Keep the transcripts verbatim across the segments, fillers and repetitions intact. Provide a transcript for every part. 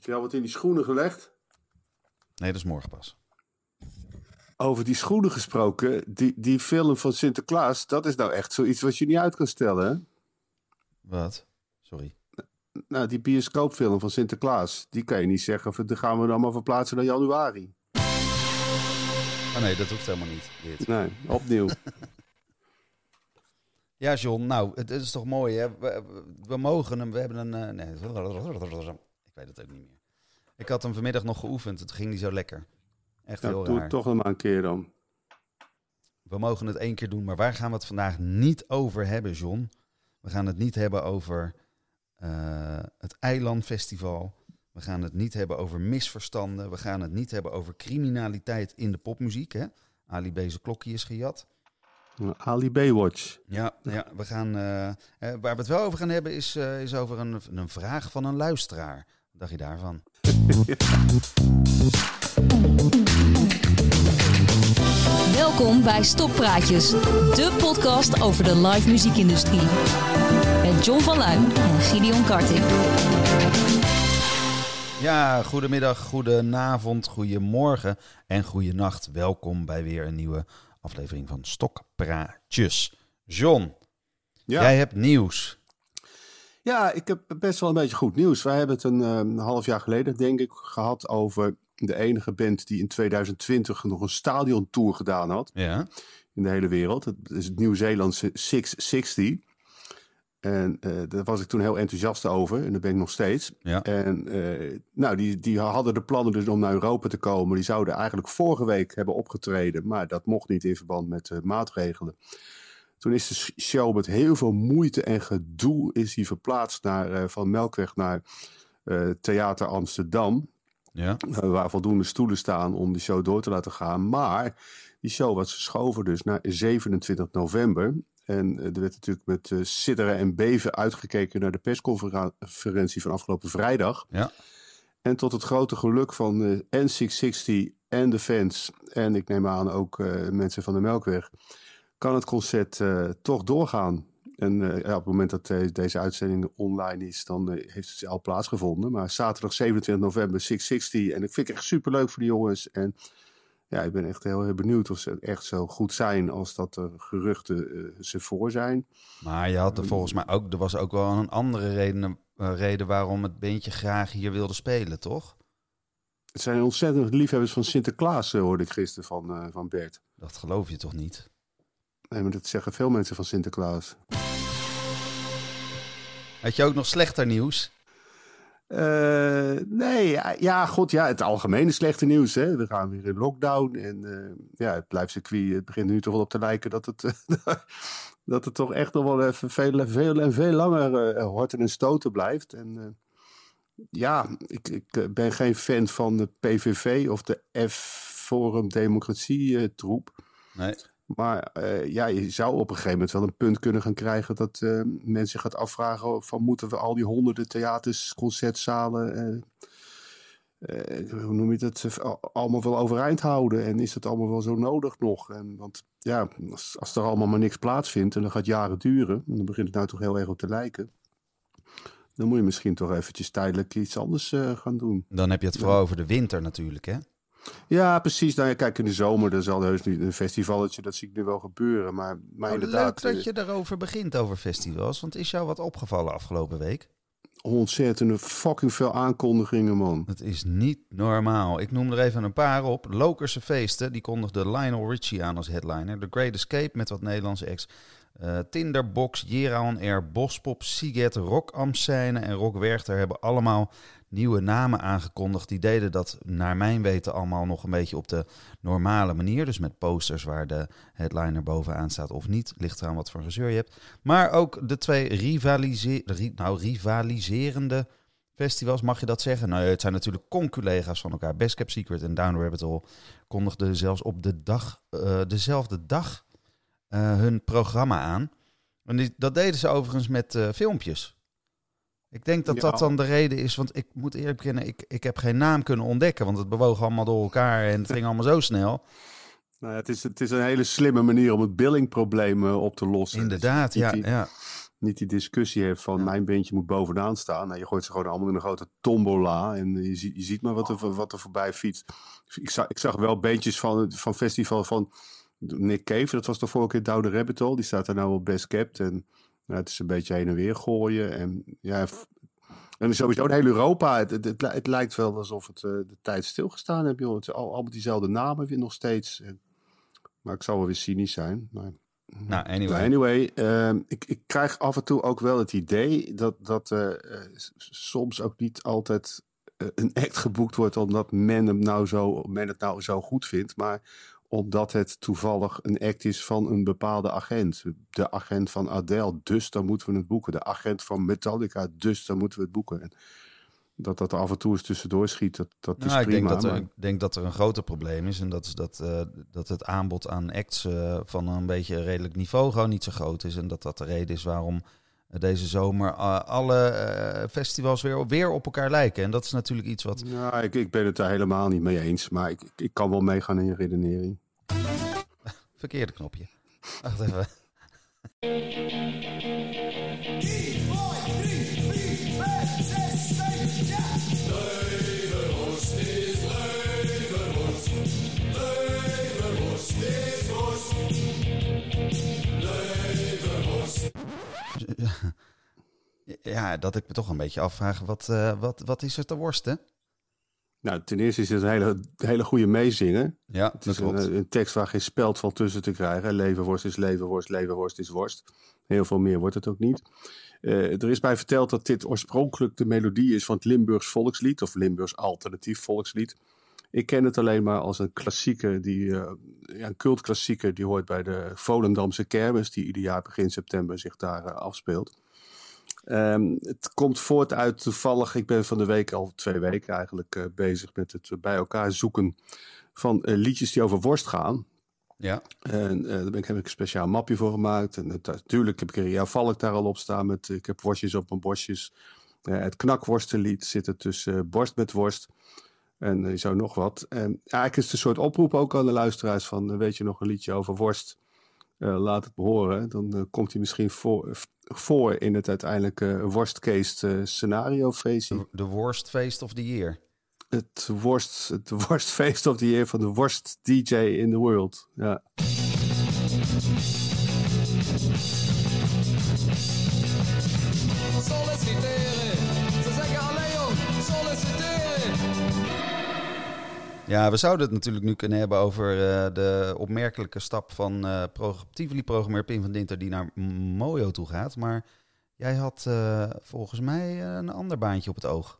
Heb je al wat in die schoenen gelegd? Nee, dat is morgen pas. Over die schoenen gesproken, die, die film van Sinterklaas, dat is nou echt zoiets wat je niet uit kan stellen, hè? Wat? Sorry. Nou, die bioscoopfilm van Sinterklaas, die kan je niet zeggen, van, die gaan we dan maar verplaatsen naar januari. Oh nee, dat hoeft helemaal niet. Dit. Nee, opnieuw. Ja, John, nou, het, het is toch mooi, hè? We, we mogen hem, we hebben een... Uh, nee, ik weet het ook niet meer. Ik had hem vanmiddag nog geoefend, het ging niet zo lekker. Echt Ja, heel doe raar. het toch nog maar een keer dan. We mogen het één keer doen, maar waar gaan we het vandaag niet over hebben, John? We gaan het niet hebben over uh, het Eilandfestival. We gaan het niet hebben over misverstanden. We gaan het niet hebben over criminaliteit in de popmuziek. Hè? Ali B. zijn klokje is gejat. Ali Baywatch. Ja, ja we gaan, uh, uh, waar we het wel over gaan hebben is, uh, is over een, een vraag van een luisteraar. Wat dacht je daarvan? Welkom bij Stokpraatjes, de podcast over de live muziekindustrie. Met John van Luijn en Gideon Karting. Ja, goedemiddag, goedenavond, goedemorgen en goedenacht. Welkom bij weer een nieuwe aflevering van Stokpraatjes. John, ja. Jij hebt nieuws. Ja, ik heb best wel een beetje goed nieuws. Wij hebben het een, een half jaar geleden, denk ik, gehad over de enige band die in twintig twintig nog een stadiontour gedaan had. Ja. In de hele wereld. Dat is het Nieuw-Zeelandse zeshonderdzestig. En uh, daar was ik toen heel enthousiast over. En dat ben ik nog steeds. Ja. En uh, nou, die, die hadden de plannen dus om naar Europa te komen. Die zouden eigenlijk vorige week hebben opgetreden. Maar dat mocht niet in verband met uh, maatregelen. Toen is de show met heel veel moeite en gedoe is die verplaatst naar, uh, van Melkweg naar uh, Theater Amsterdam. Ja. Uh, waar voldoende stoelen staan om de show door te laten gaan. Maar die show was verschoven dus naar zevenentwintig november. En uh, er werd natuurlijk met uh, sidderen en beven uitgekeken naar de persconferentie van afgelopen vrijdag. Ja. En tot het grote geluk van uh, N zeshonderdzestig en de fans, en ik neem aan ook uh, mensen van de Melkweg, kan het concert uh, toch doorgaan. En uh, ja, op het moment dat uh, deze uitzending online is, dan uh, heeft het al plaatsgevonden. Maar zaterdag zevenentwintig november, zeshonderdzestig. En ik vind het echt superleuk voor die jongens. En ja, ik ben echt heel, heel benieuwd of ze echt zo goed zijn als dat de geruchten uh, ze voor zijn. Maar je had er volgens mij ook, er was ook wel een andere reden, uh, reden waarom het bandje graag hier wilde spelen, toch? Het zijn ontzettend liefhebbers van Sinterklaas, uh, hoorde ik gisteren van, uh, van Bert. Dat geloof je toch niet? Nee, maar dat zeggen veel mensen van Sinterklaas. Had je ook nog slechter nieuws? Uh, nee, ja, ja, god, ja, het algemene slechte nieuws. Hè. We gaan weer in lockdown. En uh, ja, het live circuit, het begint nu toch wel op te lijken dat het, uh, dat het toch echt nog wel even veel, veel en veel langer uh, horten en stoten blijft. En uh, ja, ik, ik ben geen fan van de P V V of de F-Forum Democratie uh, troep. Nee. Maar uh, ja, je zou op een gegeven moment wel een punt kunnen gaan krijgen dat uh, mensen zich gaat afvragen van moeten we al die honderden theaters, concertzalen, uh, uh, hoe noem je dat, uh, allemaal wel overeind houden en is dat allemaal wel zo nodig nog? En, want ja, als, als er allemaal maar niks plaatsvindt en dat gaat jaren duren, en dan begint het nou toch heel erg op te lijken, dan moet je misschien toch eventjes tijdelijk iets anders uh, gaan doen. Dan heb je het vooral ja. over de winter natuurlijk, hè? Ja, precies. Nou, ja, kijk, in de zomer dan zal er heus niet een festivalletje, dat zie ik nu wel gebeuren. Maar, maar nou, inderdaad... Leuk dat je daarover begint, over festivals. Want is jou wat opgevallen afgelopen week? Ontzettende fucking veel aankondigingen, man. Het is niet normaal. Ik noem er even een paar op. Lokerse Feesten, die kondigde Lionel Richie aan als headliner. The Great Escape met wat Nederlandse acts. Uh, Tinderbox, Jera on Air, Bospop, Siget, Rock Amscène en Rock Werchter hebben allemaal nieuwe namen aangekondigd. Die deden dat naar mijn weten allemaal nog een beetje op de normale manier. Dus met posters waar de headliner bovenaan staat of niet. Ligt eraan wat voor gezeur je hebt. Maar ook de twee rivalise- nou, rivaliserende festivals, mag je dat zeggen? Nou, het zijn natuurlijk conculega's van elkaar. Best Kept Secret en Down Rabbit Hole kondigden zelfs op de dag, uh, dezelfde dag uh, hun programma aan. En die, dat deden ze overigens met uh, filmpjes. Ik denk dat ja. dat dan de reden is, want ik moet eerlijk bekennen, ik, ik heb geen naam kunnen ontdekken, want het bewoog allemaal door elkaar en het ging allemaal zo snel. Nou ja, het, is, het is een hele slimme manier om het billingprobleem uh, op te lossen. Inderdaad, ja, die, ja. niet die discussie hebt van ja. mijn bandje moet bovenaan staan. Nou, je gooit ze gewoon allemaal in een grote tombola en je, zie, je ziet maar wat er, wat er voorbij fietst. Ik zag, ik zag wel bandjes van, van festival van Nick Cave, dat was de vorige keer Down the Rabbit Hole. Die staat daar nou op Best Kept en nou, het is een beetje heen en weer gooien. En ja, en sowieso in heel Europa, het, het, het, het lijkt wel alsof het uh, de tijd stilgestaan heeft. Joh. Het is al, allemaal diezelfde namen weer nog steeds. En, maar ik zal wel weer cynisch zijn. Maar, nou, anyway. Nou, anyway uh, ik, ik krijg af en toe ook wel het idee dat, dat uh, uh, soms ook niet altijd uh, een act geboekt wordt omdat men, hem nou zo, men het nou zo goed vindt. Maar omdat het toevallig een act is van een bepaalde agent. De agent van Adele, dus dan moeten we het boeken. De agent van Metallica, dus dan moeten we het boeken. En dat dat er af en toe eens tussendoor schiet, dat, dat nou, is prima. Ik denk dat, er, maar... ik denk dat er een groter probleem is. En dat is dat, uh, dat het aanbod aan acts uh, van een beetje redelijk niveau gewoon niet zo groot is. En dat dat de reden is waarom uh, deze zomer uh, alle uh, festivals weer, weer op elkaar lijken. En dat is natuurlijk iets wat... Ja, ik, ik ben het daar helemaal niet mee eens. Maar ik, ik kan wel meegaan in je redenering. Verkeerde knopje. Wacht even. Ja, dat ik me toch een beetje afvraag, wat, uh, wat, wat is er te worsten? Nou, ten eerste is het een hele, hele goede meezingen. Ja, het is dat klopt. Een, een tekst waar geen speldval tussen te krijgen. Leverworst is leverworst, leverworst is worst. Heel veel meer wordt het ook niet. Uh, er is mij verteld dat dit oorspronkelijk de melodie is van het Limburgs volkslied. Of Limburgs alternatief volkslied. Ik ken het alleen maar als een klassieker, die, uh, ja, een cultklassieker. Die hoort bij de Volendamse kermis, die ieder jaar begin september zich daar uh, afspeelt. Um, het komt voort uit toevallig, ik ben van de week al twee weken eigenlijk uh, bezig met het bij elkaar zoeken van uh, liedjes die over worst gaan. Ja. En uh, daar ben ik, heb ik een speciaal mapje voor gemaakt. En natuurlijk heb ik er jouw valk daar al op staan met ik heb worstjes op mijn borstjes. Uh, het knakworstenlied zit er tussen uh, borst met worst. En uh, zo nog wat. En eigenlijk is het een soort oproep ook aan de luisteraars van uh, weet je nog een liedje over worst? Uh, laat het me horen. Dan uh, komt hij misschien voor, voor in het uiteindelijke uh, worst-case uh, scenario feestje. De worst feest of the year. Het worst, het worst feest of the year van de worst D J in the world. Ja. Ja, we zouden het natuurlijk nu kunnen hebben over uh, de opmerkelijke stap van uh, pro- Tivoli-programmeur Pim van Dinter die naar Mojo toe gaat. Maar jij had uh, volgens mij uh, een ander baantje op het oog.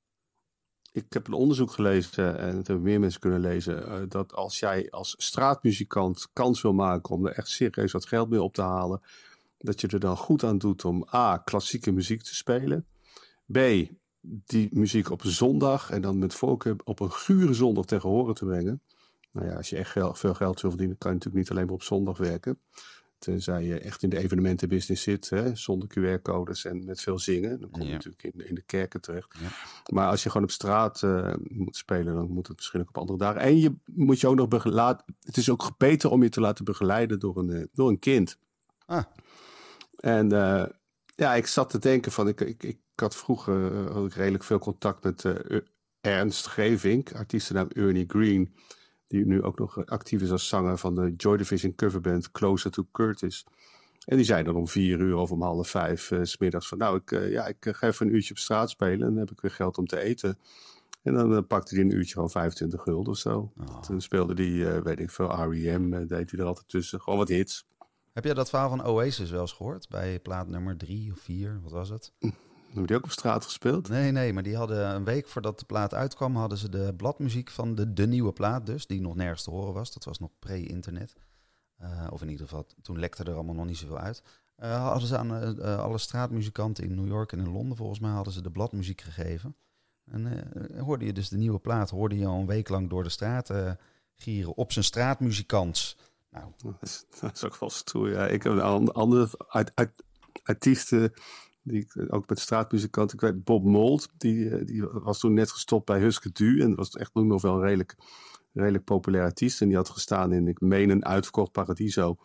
Ik heb een onderzoek gelezen en dat hebben meer mensen kunnen lezen. Uh, dat als jij als straatmuzikant kans wil maken om er echt serieus wat geld mee op te halen. Dat je er dan goed aan doet om A, klassieke muziek te spelen. B, die muziek op zondag en dan met voorkeur op een gure zondag tegen horen te brengen. Nou ja, als je echt geld, veel geld wil verdienen, kan je natuurlijk niet alleen maar op zondag werken. Tenzij je echt in de evenementenbusiness zit, hè, zonder Q R-codes en met veel zingen. Dan kom je ja. natuurlijk in, in de kerken terecht. Ja. Maar als je gewoon op straat uh, moet spelen, dan moet het misschien ook op andere dagen. En je moet je ook nog begeleiden. Het is ook beter om je te laten begeleiden door een, uh, door een kind. Ah. En uh, ja, ik zat te denken van, ik, ik, ik had vroeger uh, had ik redelijk veel contact met uh, Ernst Gevink, artiestennaam Ernie Green, die nu ook nog actief is als zanger van de Joy Division coverband Closer to Curtis. En die zei dan om vier uur of om half vijf uh, 's middags van, nou, ik, uh, ja, ik ga even een uurtje op straat spelen en dan heb ik weer geld om te eten. En dan uh, pakte hij een uurtje gewoon vijfentwintig gulden of zo. Oh. Toen speelde hij, uh, weet ik veel, R E M, uh, deed hij er altijd tussen. Gewoon wat hits. Heb jij dat verhaal van Oasis wel eens gehoord? Bij plaat nummer drie of vier, wat was het? Hebben die ook op straat gespeeld? Nee, nee, maar die hadden een week voordat de plaat uitkwam, hadden ze de bladmuziek van de, de nieuwe plaat dus, die nog nergens te horen was. Dat was nog pre-internet. Uh, of in ieder geval, toen lekte er allemaal nog niet zoveel uit. Uh, hadden ze aan uh, alle straatmuzikanten in New York en in Londen, volgens mij, hadden ze de bladmuziek gegeven. En uh, hoorde je dus de nieuwe plaat, hoorde je al een week lang door de straat uh, gieren op zijn straatmuzikants. Nou. Dat is, dat is ook wel stoer, ja. Ik heb een andere art, art, artiesten, die ik ook met straatmuzikanten, ik weet, Bob Mould, die, die was toen net gestopt bij Husker Du en dat was echt nog wel een redelijk, redelijk populair artiest. En die had gestaan in, ik meen, een uitverkocht Paradiso.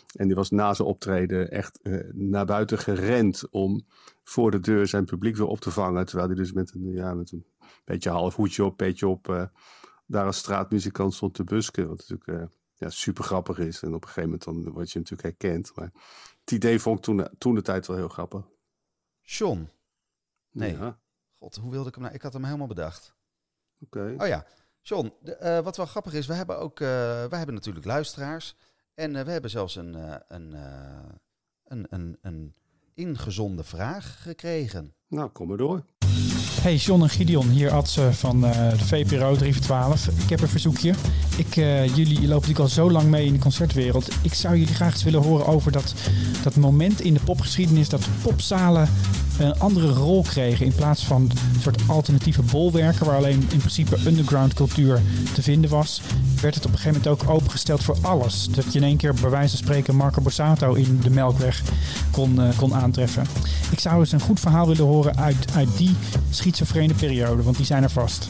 En die was na zijn optreden echt uh, naar buiten gerend om voor de deur zijn publiek weer op te vangen. Terwijl hij dus met een, ja, met een beetje half hoedje op, petje op, uh, daar als straatmuzikant stond te busken. Wat natuurlijk uh, ja, super grappig is. En op een gegeven moment dan word je natuurlijk herkend. Maar het idee vond ik toen, toen de tijd wel heel grappig. John. Nee. Ja. God, hoe wilde ik hem nou? Ik had hem helemaal bedacht. Oké. Okay. Oh ja. John, de, uh, wat wel grappig is, we hebben ook, uh, wij hebben natuurlijk luisteraars. En uh, we hebben zelfs een, uh, een, uh, een, een, een ingezonden vraag gekregen. Nou, kom maar door. Hey, John en Gideon, hier Adse van uh, de V P R O drie voor twaalf. Ik heb een verzoekje. Ik, uh, jullie lopen natuurlijk al zo lang mee in de concertwereld. Ik zou jullie graag eens willen horen over dat, dat moment in de popgeschiedenis dat popzalen een andere rol kregen. In plaats van een soort alternatieve bolwerken waar alleen in principe underground cultuur te vinden was, werd het op een gegeven moment ook opengesteld voor alles. Dat je in één keer bij wijze van spreken Marco Borsato in de Melkweg kon, uh, kon aantreffen. Ik zou eens een goed verhaal willen horen uit, uit die schizofrene periode, want die zijn er vast.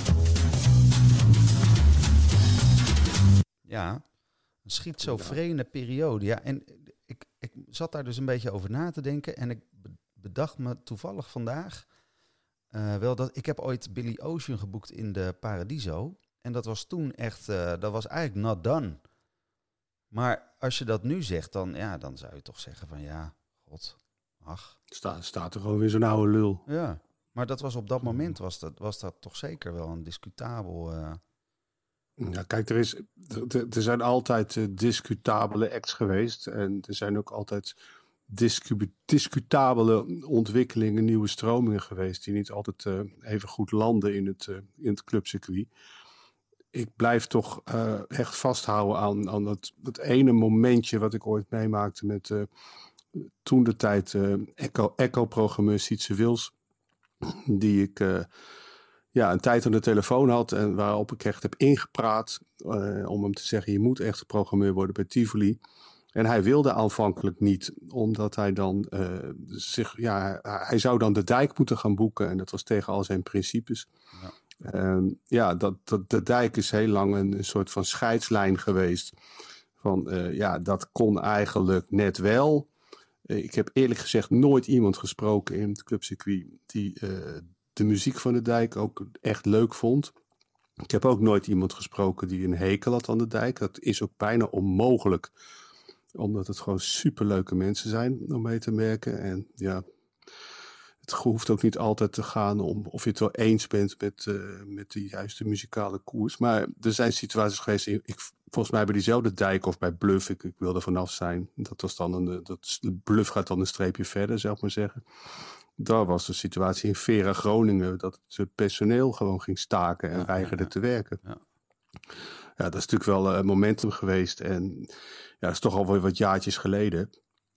Ja, een schizofrene periode. Ja, en ik, ik zat daar dus een beetje over na te denken en ik bedacht me toevallig vandaag uh, wel dat ik heb ooit Billy Ocean geboekt in de Paradiso. En dat was toen echt, uh, dat was eigenlijk not done. Maar als je dat nu zegt, dan, ja, dan zou je toch zeggen van ja, god, ach. Sta, staat er gewoon weer zo'n oude lul. Ja, maar dat was op dat moment, was dat, was dat toch zeker wel een discutabel... Uh... Ja, kijk, er, is, er, er zijn altijd uh, discutabele acts geweest. En er zijn ook altijd discu- discutabele ontwikkelingen, nieuwe stromingen geweest, die niet altijd uh, even goed landen in het, uh, in het clubcircuit. Ik blijf toch uh, echt vasthouden aan, aan dat, dat ene momentje wat ik ooit meemaakte met uh, toen de tijd uh, Echo, Echo-programmeur Sietse Wils, die ik uh, ja, een tijd aan de telefoon had en waarop ik echt heb ingepraat uh, om hem te zeggen, je moet echt programmeur worden bij Tivoli. En hij wilde aanvankelijk niet, omdat hij dan uh, zich, ja, hij zou dan de Dijk moeten gaan boeken en dat was tegen al zijn principes. Ja. Uh, ja, dat, dat, de Dijk is heel lang een, een soort van scheidslijn geweest. Van uh, ja, dat kon eigenlijk net wel. Uh, ik heb eerlijk gezegd nooit iemand gesproken in het clubcircuit die uh, de muziek van de Dijk ook echt leuk vond. Ik heb ook nooit iemand gesproken die een hekel had aan de Dijk. Dat is ook bijna onmogelijk, omdat het gewoon superleuke mensen zijn om mee te werken. En ja, het hoeft ook niet altijd te gaan om of je het wel eens bent met, uh, met de juiste muzikale koers. Maar er zijn situaties geweest, ik, volgens mij bij diezelfde Dijk of bij Bluff, ik, ik wil er vanaf zijn. Dat was dan een, dat, Bluff gaat dan een streepje verder, zou ik maar zeggen. Daar was de situatie in Vera Groningen, dat het personeel gewoon ging staken en ja, weigerde ja, ja. te werken. Ja. Ja, dat is natuurlijk wel een momentum geweest en ja, dat is toch alweer wat jaartjes geleden.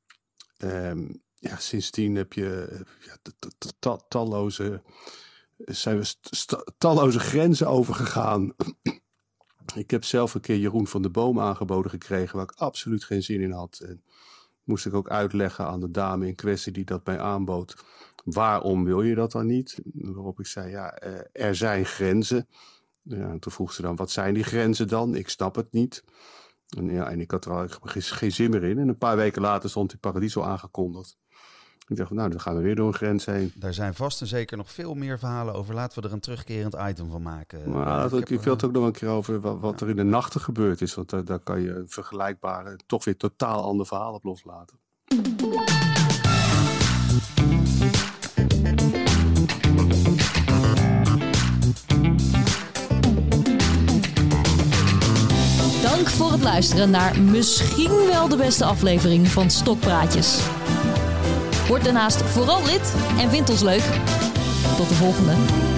Um, ja, sindsdien heb je ja, t- t- t- talloze, zijn we st- st- talloze grenzen overgegaan. Ik heb zelf een keer Jeroen van der Boom aangeboden gekregen, waar ik absoluut geen zin in had. En moest ik ook uitleggen aan de dame in kwestie die dat mij aanbood. Waarom wil je dat dan niet? Waarop ik zei, ja, er zijn grenzen. Ja, en toen vroeg ze dan, wat zijn die grenzen dan? Ik snap het niet. En, ja, en ik had er al geen, geen zin meer in. En een paar weken later stond die Paradiso aangekondigd. Ik dacht, nou, dan gaan we weer door een grens heen. Daar zijn vast en zeker nog veel meer verhalen over. Laten we er een terugkerend item van maken. Maar ik, ik, ik wil het ook nog een keer over wat, wat ja. er in de nachten gebeurd is. Want daar, daar kan je een vergelijkbare, toch weer totaal ander verhaal op loslaten. Dank voor het luisteren naar misschien wel de beste aflevering van Stokpraatjes. Word daarnaast vooral lid en vind ons leuk. Tot de volgende.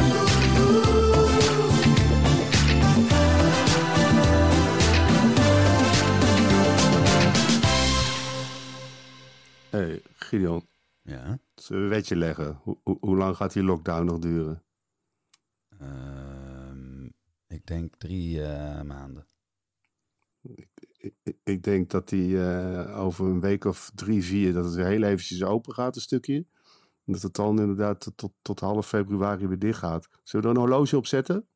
Hey, Gideon. Ja? Zullen we een wetje leggen? Hoe, hoe, hoe lang gaat die lockdown nog duren? Uh, ik denk drie uh, maanden. Ik, ik, ik denk dat die uh, over een week of drie, vier, dat het weer heel eventjes open gaat, een stukje. En dat het dan inderdaad tot, tot half februari weer dicht gaat. Zullen we er een horloge op zetten?